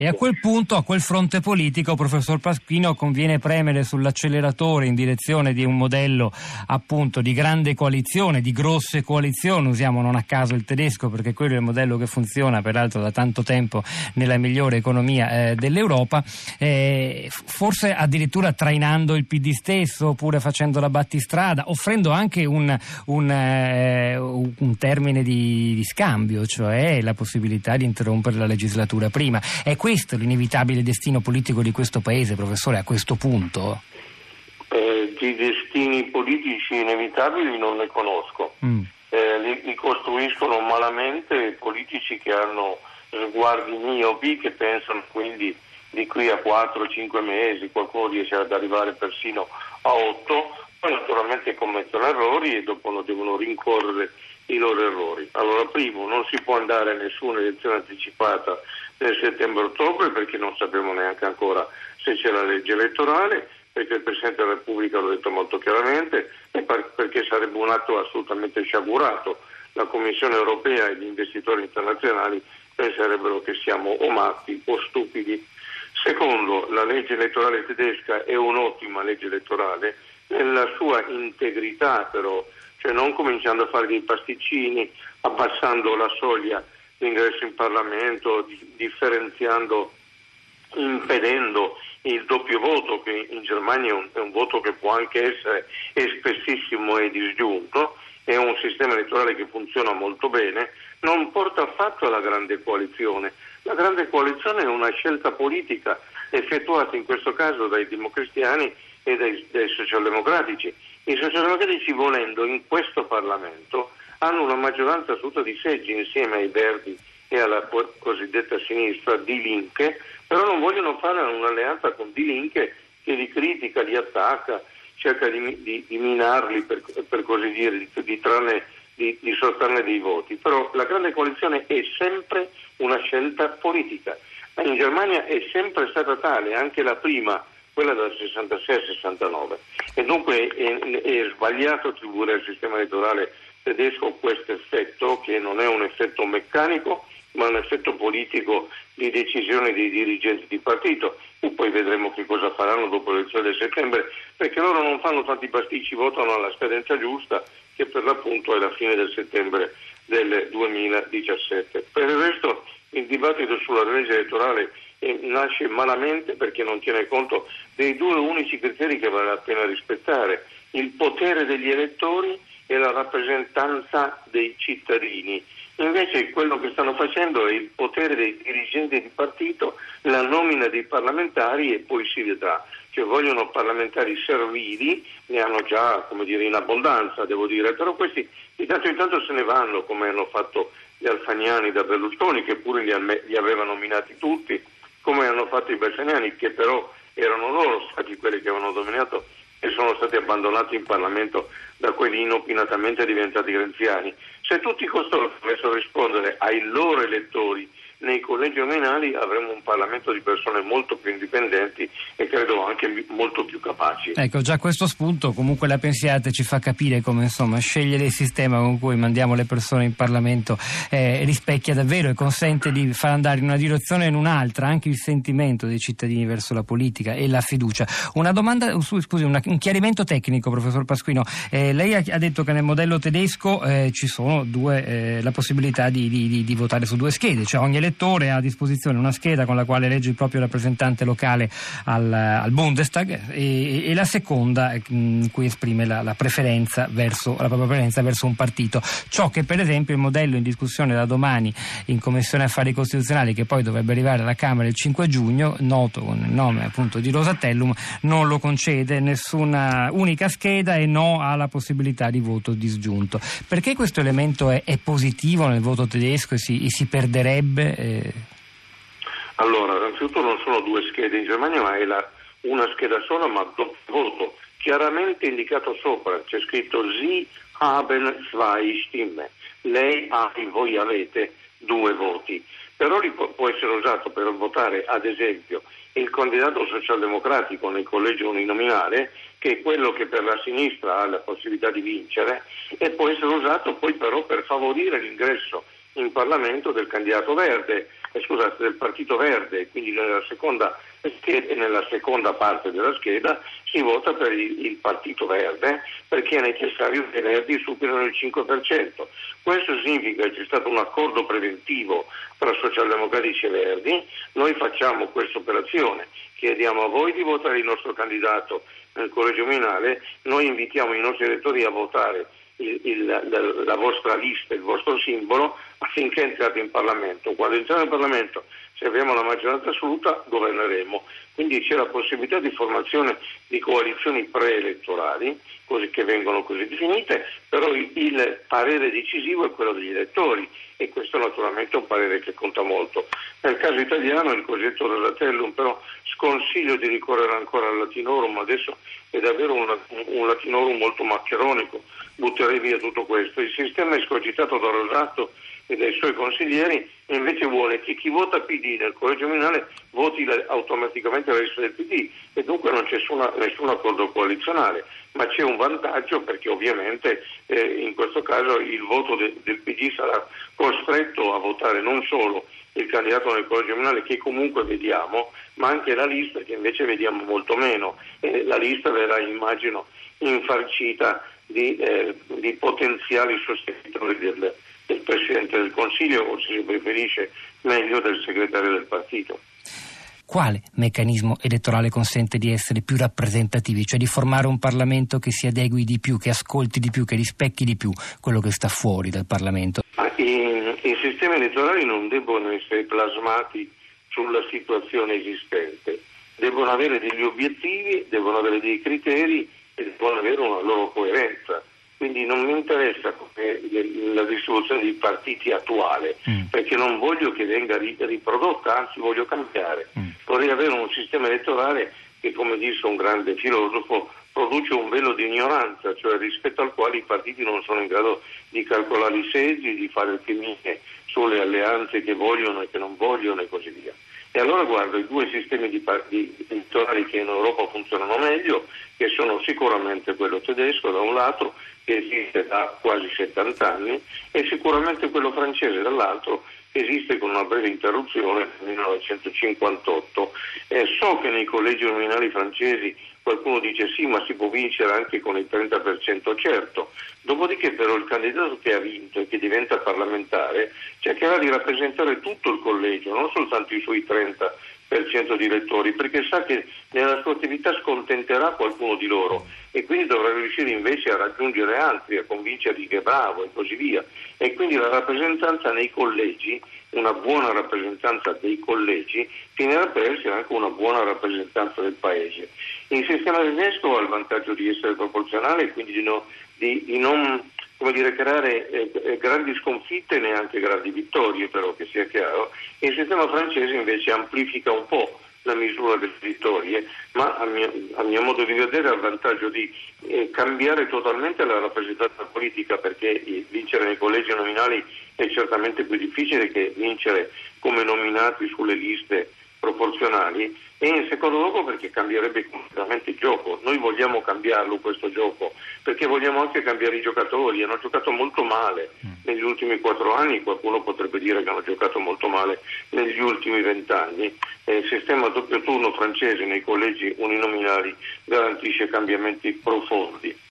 E a quel punto, a quel fronte politico, professor Pasquino, conviene premere sull'acceleratore in direzione di un modello appunto di grande coalizione, di grosse coalizioni, usiamo non a caso il tedesco perché quello è il modello che funziona peraltro da tanto tempo nella migliore economia dell'Europa, forse addirittura trainando il PD stesso oppure facendo la battistrada, offrendo anche un termine di scambio, cioè la possibilità di interrompere la legislatura prima. È questo l'inevitabile destino politico di questo paese, professore, a questo punto? Di destini politici inevitabili non ne conosco. Li costruiscono malamente politici che hanno sguardi miopi, che pensano quindi di qui a 4-5 mesi qualcuno riesce ad arrivare persino a 8, poi naturalmente commettono errori e dopo non devono rincorrere i loro errori. Allora, primo, non si può andare a nessuna elezione anticipata nel settembre-ottobre perché non sappiamo neanche ancora se c'è la legge elettorale, perché il Presidente della Repubblica l'ha detto molto chiaramente e perché sarebbe un atto assolutamente sciagurato. La Commissione europea e gli investitori internazionali penserebbero che siamo o matti o stupidi. Secondo, la legge elettorale tedesca è un'ottima legge elettorale nella sua integrità, però, cioè non cominciando a fare dei pasticcini, abbassando la soglia di ingresso in Parlamento, differenziando, impedendo il doppio voto, che in Germania è un voto che può anche essere spessissimo e disgiunto, è un sistema elettorale che funziona molto bene, non porta affatto alla grande coalizione. La grande coalizione è una scelta politica effettuata in questo caso dai democristiani e dai socialdemocratici. I socialdemocratici, volendo, in questo Parlamento hanno una maggioranza assoluta di seggi insieme ai Verdi e alla cosiddetta sinistra Die Linke, però non vogliono fare un'alleanza con Die Linke che li critica, li attacca, cerca di minarli, per così dire, di sottrarne dei voti. Però la grande coalizione è sempre una scelta politica. In Germania è sempre stata tale, anche la prima, quella dal 66 al 69. E dunque è sbagliato attribuire al sistema elettorale tedesco questo effetto, che non è un effetto meccanico, ma un effetto politico di decisione dei dirigenti di partito. E poi vedremo che cosa faranno dopo le elezioni del settembre, perché loro non fanno tanti pasticci, votano alla scadenza giusta, che per l'appunto è la fine del settembre del 2017. Per il resto il dibattito sulla legge elettorale nasce malamente perché non tiene conto dei due unici criteri che vale la pena rispettare: il potere degli elettori e la rappresentanza dei cittadini. Invece quello che stanno facendo è il potere dei dirigenti di partito, la nomina dei parlamentari e poi si vedrà. Cioè vogliono parlamentari servili, ne hanno già, in abbondanza, devo dire, però questi di tanto in tanto se ne vanno, come hanno fatto gli Alfaniani da Berlusconi, che pure li aveva nominati tutti, come hanno fatto i Bersaniani, che però erano loro stati quelli che avevano dominato e sono stati abbandonati in Parlamento da quelli inopinatamente diventati renziani. Se tutti costoro dovessero rispondere ai loro elettori nei collegi nominali, avremo un Parlamento di persone molto più indipendenti e credo anche molto più capaci. Ecco, già questo spunto, comunque la Pensiate ci fa capire come scegliere il sistema con cui mandiamo le persone in Parlamento rispecchia davvero e consente di far andare in una direzione e in un'altra anche il sentimento dei cittadini verso la politica e la fiducia. Una domanda, un chiarimento tecnico, professor Pasquino. Lei ha detto che nel modello tedesco ci sono la possibilità di votare su due schede, cioè ogni elettore ha a disposizione una scheda con la quale elegge il proprio rappresentante locale al Bundestag e la seconda in cui esprime la propria preferenza verso un partito. Ciò che per esempio il modello in discussione da domani in Commissione Affari Costituzionali, che poi dovrebbe arrivare alla Camera il 5 giugno, noto con il nome appunto di Rosatellum, non lo concede, nessuna unica scheda e no alla possibilità di voto disgiunto. Perché questo elemento è positivo nel voto tedesco e si perderebbe? Allora, innanzitutto non sono due schede in Germania, ma è una scheda sola, ma doppio voto, chiaramente indicato sopra, c'è scritto Sie haben zwei Stimmen, lei ha e voi avete due voti, però può essere usato per votare ad esempio il candidato socialdemocratico nel collegio uninominale, che è quello che per la sinistra ha la possibilità di vincere, e può essere usato poi però per favorire l'ingresso in Parlamento del candidato verde, del Partito Verde, quindi nella seconda parte della scheda si vota per il Partito Verde, perché è necessario che i Verdi superino il 5%. Questo significa che c'è stato un accordo preventivo tra socialdemocratici e Verdi. Noi facciamo questa operazione, chiediamo a voi di votare il nostro candidato nel collegio uninominale, noi invitiamo i nostri elettori a votare la vostra lista, il vostro simbolo, affinché entrate in Parlamento. Quando entriamo in Parlamento, se abbiamo la maggioranza assoluta, governeremo. Quindi c'è la possibilità di formazione di coalizioni preelettorali, così che vengono così definite, però il parere decisivo è quello degli elettori, e questo naturalmente è un parere che conta molto. Nel caso italiano il cosiddetto Rosatellum, però sconsiglio di ricorrere ancora al latinorum, adesso è davvero un latinorum molto maccheronico, butterei via tutto questo. Il sistema escogitato da Rosato e dai suoi consiglieri invece vuole che chi vota PD nel collegio uninominale voti automaticamente la lista del PD, e dunque non c'è nessun accordo coalizionale, ma c'è un vantaggio, perché ovviamente in questo caso il voto del PD sarà costretto a votare non solo il candidato nel collegio uninominale, che comunque vediamo, ma anche la lista, che invece vediamo molto meno, e la lista verrà, immagino, infarcita di potenziali sostenitori del Presidente del Consiglio, o se si preferisce meglio del segretario del partito. Quale meccanismo elettorale consente di essere più rappresentativi, cioè di formare un Parlamento che si adegui di più, che ascolti di più, che rispecchi di più quello che sta fuori dal Parlamento? I sistemi elettorali non debbono essere plasmati sulla situazione esistente, debbono avere degli obiettivi, debbono avere dei criteri e devono avere una loro coerenza. Quindi non mi interessa la distribuzione di partiti attuale, perché non voglio che venga riprodotta, anzi voglio cambiare. Vorrei avere un sistema elettorale che, come disse un grande filosofo, produce un velo di ignoranza, cioè rispetto al quale i partiti non sono in grado di calcolare i seggi, di fare alchimie sulle alleanze che vogliono e che non vogliono e così via. E allora guardo i due sistemi elettorali che in Europa funzionano meglio, che sono sicuramente quello tedesco da un lato, che esiste da quasi 70 anni, e sicuramente quello francese dall'altro, che esiste con una breve interruzione nel 1958. So che nei collegi uninominali francesi qualcuno dice sì, ma si può vincere anche con il 30%, certo. Dopodiché però il candidato che ha vinto e che diventa parlamentare cercherà di rappresentare tutto il collegio, non soltanto i suoi 30% di elettori, perché sa che nella sua attività scontenterà qualcuno di loro, e quindi dovrà riuscire invece a raggiungere altri, a convincerli che è bravo e così via. E quindi la rappresentanza nei collegi, una buona rappresentanza dei collegi, finirà per essere anche una buona rappresentanza del paese. Il sistema tedesco ha il vantaggio di essere proporzionale e quindi di non creare grandi sconfitte e neanche grandi vittorie, però, che sia chiaro. Il sistema francese invece amplifica un po' la misura delle vittorie, ma a mio modo di vedere ha il vantaggio di cambiare totalmente la rappresentanza politica, perché vincere nei collegi nominali è certamente più difficile che vincere come nominati sulle liste proporzionali, e in secondo luogo perché cambierebbe completamente il gioco. Noi vogliamo cambiarlo questo gioco, perché vogliamo anche cambiare i giocatori. Hanno giocato molto male negli ultimi 4 anni, qualcuno potrebbe dire che hanno giocato molto male negli ultimi 20 anni. Il sistema a doppio turno francese nei collegi uninominali garantisce cambiamenti profondi.